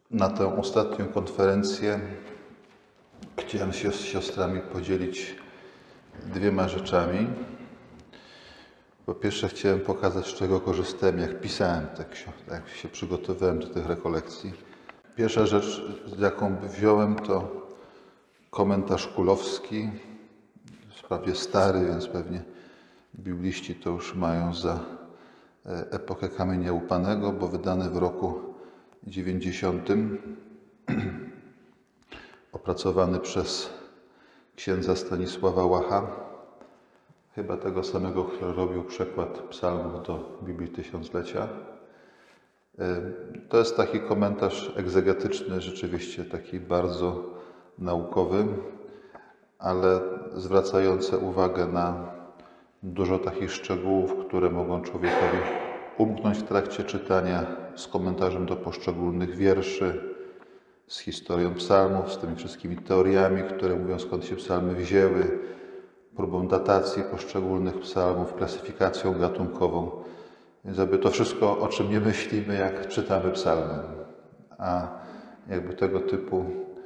Na tę ostatnią konferencję chciałem się z siostrami podzielić dwiema rzeczami. Po pierwsze chciałem pokazać, z czego korzystałem, jak pisałem te książki, jak się przygotowywałem do tych rekolekcji. Pierwsza rzecz, jaką wziąłem, to komentarz Kulowski, prawie stary, więc pewnie bibliści to już mają za epokę kamienia łupanego, bo wydany w roku 90, opracowany przez księdza Stanisława Łacha, chyba tego samego, który robił przekład psalmów do Biblii Tysiąclecia. To jest taki komentarz egzegetyczny, rzeczywiście taki bardzo naukowy, ale zwracający uwagę na dużo takich szczegółów, które mogą człowiekowi umknąć w trakcie czytania, z komentarzem do poszczególnych wierszy, z historią psalmów, z tymi wszystkimi teoriami, które mówią, skąd się psalmy wzięły, próbą datacji poszczególnych psalmów, klasyfikacją gatunkową. Więc aby to wszystko, o czym nie myślimy, jak czytamy psalmy. A jakby tego typu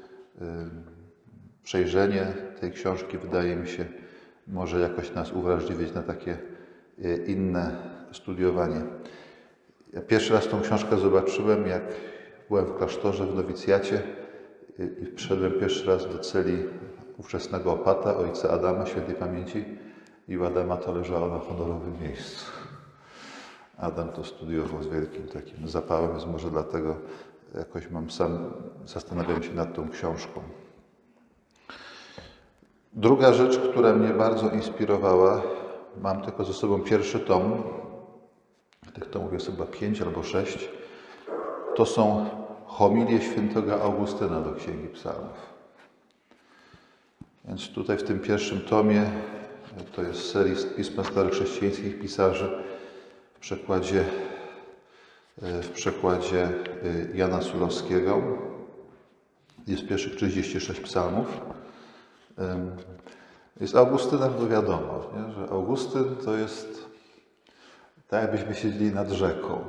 przejrzenie tej książki, wydaje mi się, może jakoś nas uwrażliwić na takie inne studiowanie. Ja pierwszy raz tą książkę zobaczyłem, jak byłem w klasztorze w nowicjacie i wszedłem pierwszy raz do celi ówczesnego opata, ojca Adama, świętej pamięci, i u Adama to leżało na honorowym miejscu. Adam to studiował z wielkim takim zapałem, więc może dlatego jakoś zastanawiam się nad tą książką. Druga rzecz, która mnie bardzo inspirowała, mam tylko ze sobą pierwszy tom, tych tomów jest chyba 5 albo 6, to są homilie świętego Augustyna do Księgi Psalmów. Więc tutaj w tym pierwszym tomie, to jest z serii Pisma Starochrzestijańskich Pisarzy w przekładzie Jana Sulowskiego. Jest pierwszych 36 psalmów. Z Augustynem to wiadomo, nie? Że Augustyn to jest tak, jakbyśmy siedzieli nad rzeką.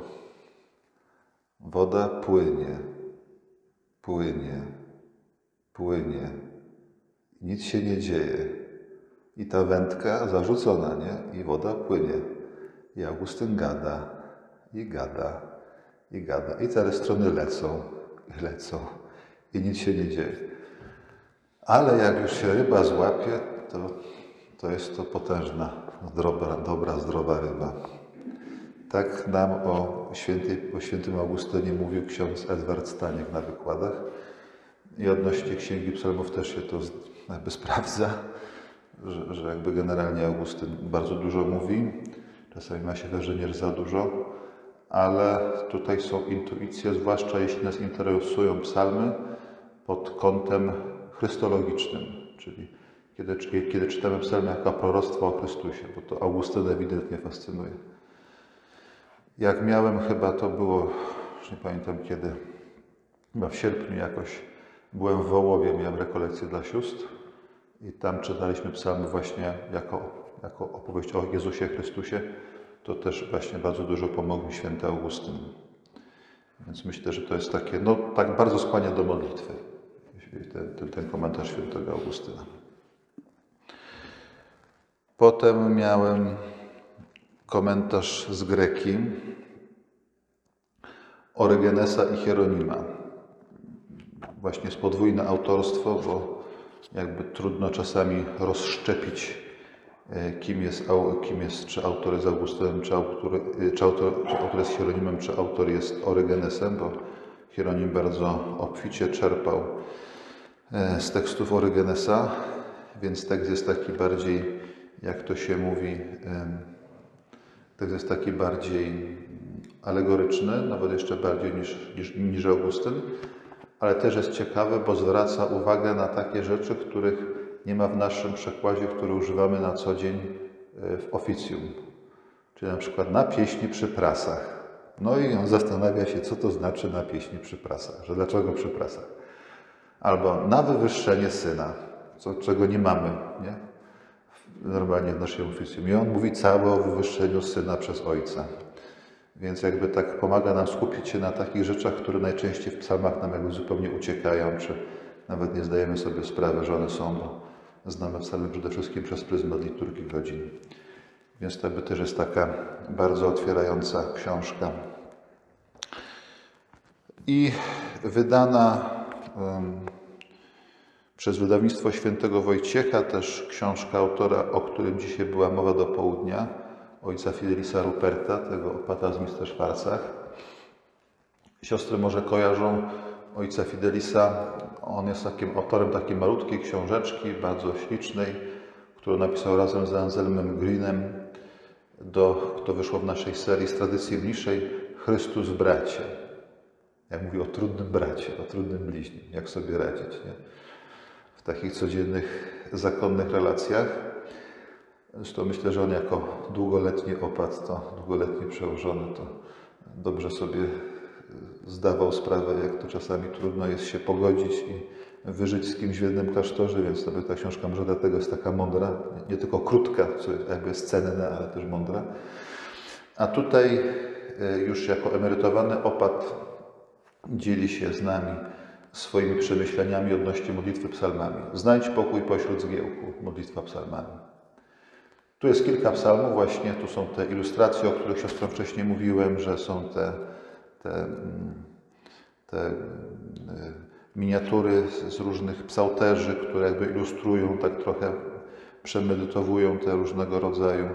Woda płynie, płynie, płynie. Nic się nie dzieje. I ta wędka zarzucona, nie? I woda płynie. I Augustyn gada, i gada, i gada. I te strony lecą, i lecą. I nic się nie dzieje. Ale jak już się ryba złapie, to jest to potężna, dobra, zdrowa ryba. Tak nam o świętym Augustynie mówił ksiądz Edward Staniek na wykładach. I odnośnie Księgi Psalmów też się to jakby sprawdza, że jakby generalnie Augustyn bardzo dużo mówi. Czasami ma się wrażenie, że za dużo, ale tutaj są intuicje, zwłaszcza jeśli nas interesują psalmy pod kątem chrystologicznym, czyli kiedy czytamy psalmy jako proroctwo o Chrystusie, bo to Augustyn ewidentnie fascynuje. Jak miałem, chyba to było, już nie pamiętam kiedy, chyba w sierpniu jakoś, byłem w Wołowie, miałem rekolekcję dla sióstr i tam czytaliśmy psalmy właśnie jako opowieść o Jezusie Chrystusie. To też właśnie bardzo dużo pomógł mi święty Augustyn. Więc myślę, że to jest takie, tak bardzo skłania do modlitwy, ten komentarz świętego Augustyna. Potem miałem komentarz z Greki Orygenesa i Hieronima. Właśnie jest podwójne autorstwo, bo jakby trudno czasami rozszczepić, czy autor jest Augustynem, czy autor jest Hieronimem, czy autor jest Orygenesem, bo Hieronim bardzo obficie czerpał z tekstów Orygenesa, więc tekst jest taki bardziej, jak to się mówi, tekst jest taki bardziej alegoryczny, nawet jeszcze bardziej niż Augustyn, ale też jest ciekawy, bo zwraca uwagę na takie rzeczy, których nie ma w naszym przekładzie, który używamy na co dzień w oficjum. Czyli na przykład na pieśni przy prasach. No i on zastanawia się, co to znaczy na pieśni przy prasach, że dlaczego przy prasach. Albo na wywyższenie syna, czego nie mamy, nie? Normalnie w naszym oficjum. I on mówi całe o wywyższeniu syna przez ojca. Więc jakby tak pomaga nam skupić się na takich rzeczach, które najczęściej w psalmach nam jakby zupełnie uciekają, czy nawet nie zdajemy sobie sprawy, że one są, bo znamy psalmy przede wszystkim przez pryzmat liturgii godzin. Więc to by też jest taka bardzo otwierająca książka. I wydana przez wydawnictwo Świętego Wojciecha też książka autora, o którym dzisiaj była mowa do południa, ojca Fidelisa Ruperta, tego opata z Misterschwarzach. Siostry może kojarzą ojca Fidelisa. On jest takim autorem takiej malutkiej książeczki, bardzo ślicznej, którą napisał razem z Anselmem Greenem, to wyszło w naszej serii z tradycji mniejszej, Chrystus bracie. Jak mówi o trudnym bracie, o trudnym bliźnim, jak sobie radzić, nie? W takich codziennych, zakonnych relacjach. Zresztą myślę, że on jako długoletni opat, to długoletni przełożony, to dobrze sobie zdawał sprawę, jak to czasami trudno jest się pogodzić i wyżyć z kimś w jednym klasztorze, więc sobie ta książka może dlatego jest taka mądra, nie tylko krótka, co jakby jest cenne, ale też mądra. A tutaj już jako emerytowany opat dzieli się z nami swoimi przemyśleniami odnośnie modlitwy psalmami. Znajdź pokój pośród zgiełku, modlitwa psalmami. Tu jest kilka psalmów właśnie, tu są te ilustracje, o których siostrom wcześniej mówiłem, że są te miniatury z różnych psałterzy, które jakby ilustrują, tak trochę przemedytowują te różnego rodzaju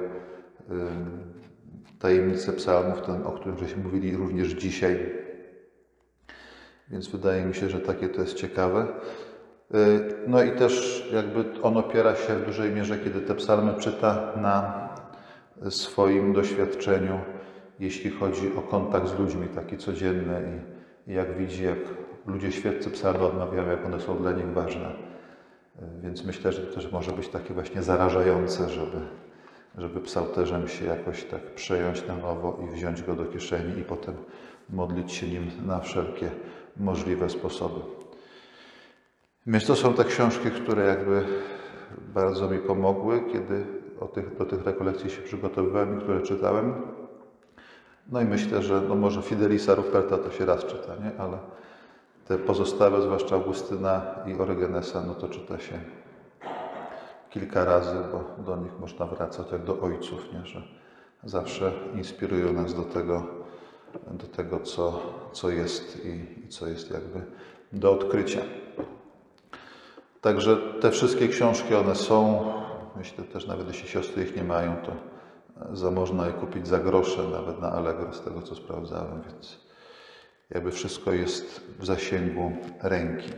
tajemnice psalmów, ten, o którym żeśmy mówili również dzisiaj. Więc wydaje mi się, że takie to jest ciekawe. No i też jakby on opiera się w dużej mierze, kiedy te psalmy czyta, na swoim doświadczeniu, jeśli chodzi o kontakt z ludźmi, taki codzienny i jak widzi, jak ludzie świeccy psalmy odmawiają, jak one są dla nich ważne. Więc myślę, że to też może być takie właśnie zarażające, żeby psalterzem się jakoś tak przejąć na nowo i wziąć go do kieszeni i potem modlić się nim na wszelkie możliwe sposoby. Więc to są te książki, które jakby bardzo mi pomogły, kiedy do tych rekolekcji się przygotowywałem i które czytałem. No i myślę, że no może Fidelisa Ruperta to się raz czyta, nie? Ale te pozostałe, zwłaszcza Augustyna i Orygenesa, no to czyta się kilka razy, bo do nich można wracać jak do ojców, nie? Że zawsze inspirują nas do tego co jest i co jest jakby do odkrycia. Także te wszystkie książki, one są, myślę też nawet jeśli siostry ich nie mają, to można je kupić za grosze, nawet na Allegro, z tego co sprawdzałem, więc jakby wszystko jest w zasięgu ręki.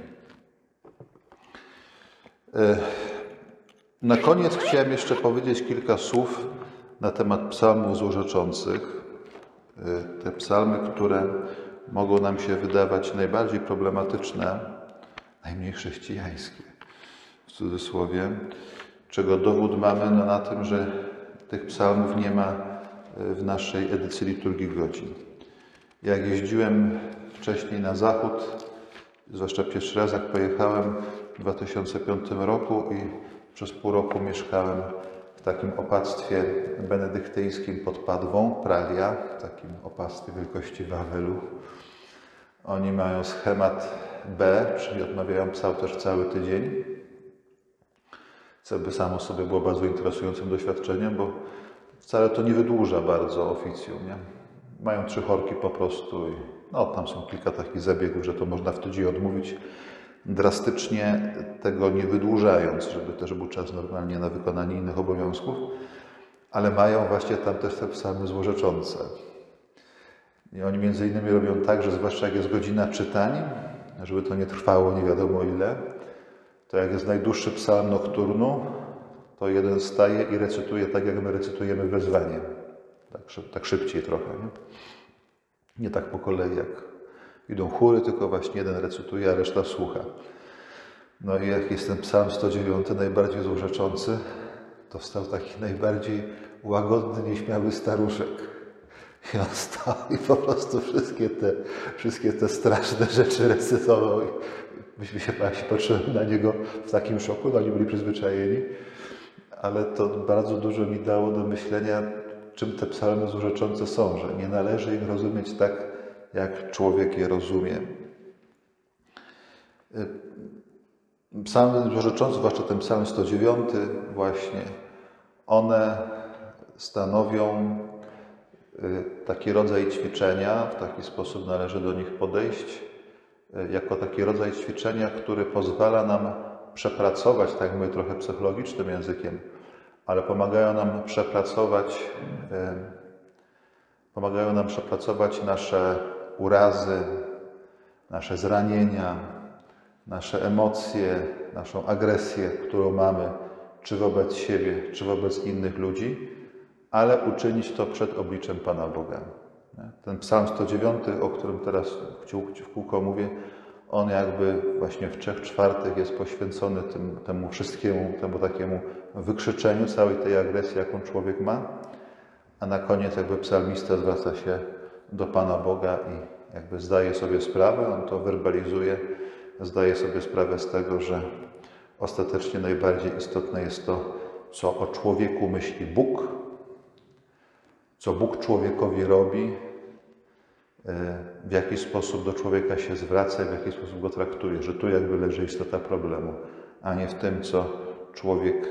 Na koniec chciałem jeszcze powiedzieć kilka słów na temat psalmów złorzeczących. Te psalmy, które mogą nam się wydawać najbardziej problematyczne, najmniej chrześcijańskie, w cudzysłowie, czego dowód mamy na tym, że tych psalmów nie ma w naszej edycji liturgii godzin. Jak jeździłem wcześniej na zachód, zwłaszcza pierwszy raz jak pojechałem w 2005 roku i przez pół roku mieszkałem w takim opactwie benedyktyńskim pod Padwą, Pralia, w takim opactwie wielkości Wawelu. Oni mają schemat B, czyli odmawiają psałterz cały tydzień, co by samo sobie było bardzo interesującym doświadczeniem, bo wcale to nie wydłuża bardzo oficjum, nie? Mają 3 chorki po prostu i no, tam są kilka takich zabiegów, że to można w tydzień odmówić, drastycznie tego nie wydłużając, żeby też był czas normalnie na wykonanie innych obowiązków, ale mają właśnie tam też te psalmy złorzeczące. I oni między innymi robią tak, że zwłaszcza jak jest godzina czytań, żeby to nie trwało nie wiadomo ile, to jak jest najdłuższy psalm nokturnu, to jeden staje i recytuje tak, jak my recytujemy wezwanie. Tak szybciej trochę. Nie tak po kolei, jak idą chóry, tylko właśnie jeden recytuje, a reszta słucha. No i jak jest ten psalm 109, najbardziej złorzeczący, to wstał taki najbardziej łagodny, nieśmiały staruszek. I on stał i po prostu wszystkie te straszne rzeczy recytował. I myśmy się patrzyli na niego w takim szoku, no oni byli przyzwyczajeni. Ale to bardzo dużo mi dało do myślenia, czym te psalmy złorzeczące są, że nie należy ich rozumieć tak, jak człowiek je rozumie. Psalmy złorzeczące, zwłaszcza ten psalm 109 właśnie, one stanowią taki rodzaj ćwiczenia, w taki sposób należy do nich podejść, jako taki rodzaj ćwiczenia, który pozwala nam przepracować, tak mówię trochę psychologicznym językiem, ale pomagają nam przepracować nasze urazy, nasze zranienia, nasze emocje, naszą agresję, którą mamy, czy wobec siebie, czy wobec innych ludzi, ale uczynić to przed obliczem Pana Boga. Ten psalm 109, o którym teraz w kółko mówię, on jakby właśnie w 3/4 jest poświęcony temu wszystkiemu, temu takiemu wykrzyczeniu całej tej agresji, jaką człowiek ma, a na koniec jakby psalmista zwraca się do Pana Boga i jakby zdaje sobie sprawę, on to werbalizuje, zdaje sobie sprawę z tego, że ostatecznie najbardziej istotne jest to, co o człowieku myśli Bóg, co Bóg człowiekowi robi, w jaki sposób do człowieka się zwraca i w jaki sposób go traktuje, że tu jakby leży istota problemu, a nie w tym, co człowiek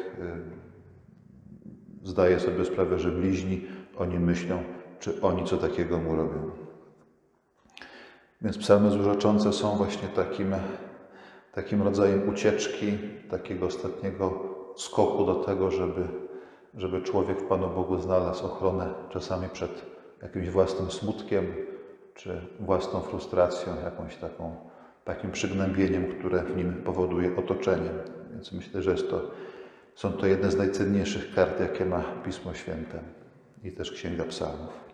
zdaje sobie sprawę, że bliźni o nim myślą, czy oni co takiego mu robią. Więc psalmy złorzeczące są właśnie takim rodzajem ucieczki, takiego ostatniego skoku do tego, żeby człowiek w Panu Bogu znalazł ochronę czasami przed jakimś własnym smutkiem, czy własną frustracją, jakąś takim przygnębieniem, które w nim powoduje otoczenie. Więc myślę, że są to jedne z najcenniejszych kart, jakie ma Pismo Święte i też Księga Psalmów.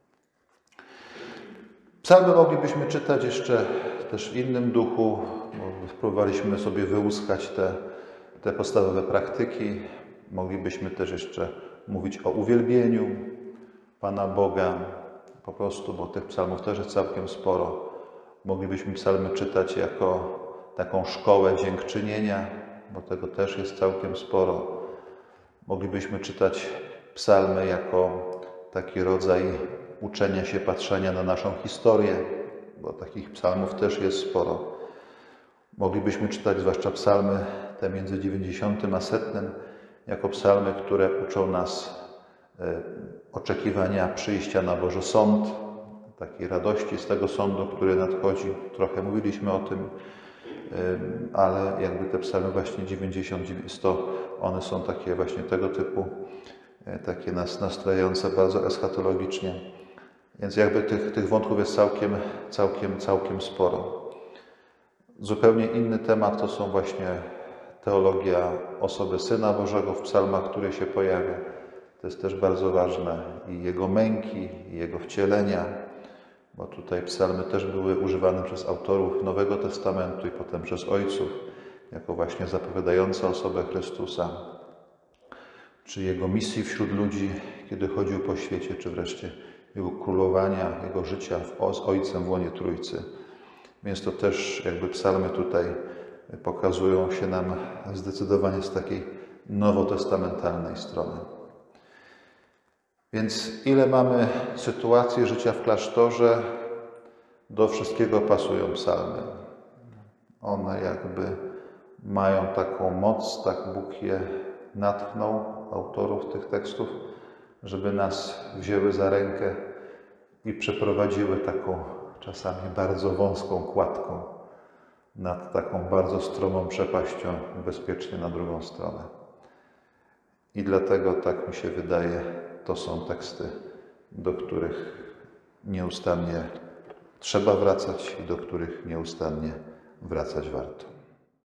Psalmy moglibyśmy czytać jeszcze też w innym duchu, bo spróbowaliśmy sobie wyłuskać te podstawowe praktyki. Moglibyśmy też jeszcze mówić o uwielbieniu Pana Boga, po prostu, bo tych psalmów też jest całkiem sporo. Moglibyśmy psalmy czytać jako taką szkołę dziękczynienia, bo tego też jest całkiem sporo. Moglibyśmy czytać psalmy jako taki rodzaj uczenia się, patrzenia na naszą historię, bo takich psalmów też jest sporo. Moglibyśmy czytać zwłaszcza psalmy te między 90 a 100 jako psalmy, które uczą nas oczekiwania przyjścia na Boży Sąd, takiej radości z tego sądu, który nadchodzi. Trochę mówiliśmy o tym, ale jakby te psalmy właśnie 90, 100, one są takie właśnie tego typu, takie nas nastrajające bardzo eschatologicznie. Więc jakby tych wątków jest całkiem sporo. Zupełnie inny temat to są właśnie teologia osoby Syna Bożego w psalmach, który się pojawia. To jest też bardzo ważne i Jego męki, i Jego wcielenia, bo tutaj psalmy też były używane przez autorów Nowego Testamentu i potem przez ojców, jako właśnie zapowiadające osobę Chrystusa, czy Jego misji wśród ludzi, kiedy chodził po świecie, czy wreszcie Jego królowania, Jego życia z Ojcem w łonie Trójcy. Więc to też jakby psalmy tutaj pokazują się nam zdecydowanie z takiej nowotestamentalnej strony. Więc ile mamy sytuacji życia w klasztorze, do wszystkiego pasują psalmy. One jakby mają taką moc, tak Bóg je natchnął, autorów tych tekstów, żeby nas wzięły za rękę i przeprowadziły taką czasami bardzo wąską kładką nad taką bardzo stromą przepaścią bezpiecznie na drugą stronę. I dlatego, tak mi się wydaje, to są teksty, do których nieustannie trzeba wracać i do których nieustannie wracać warto.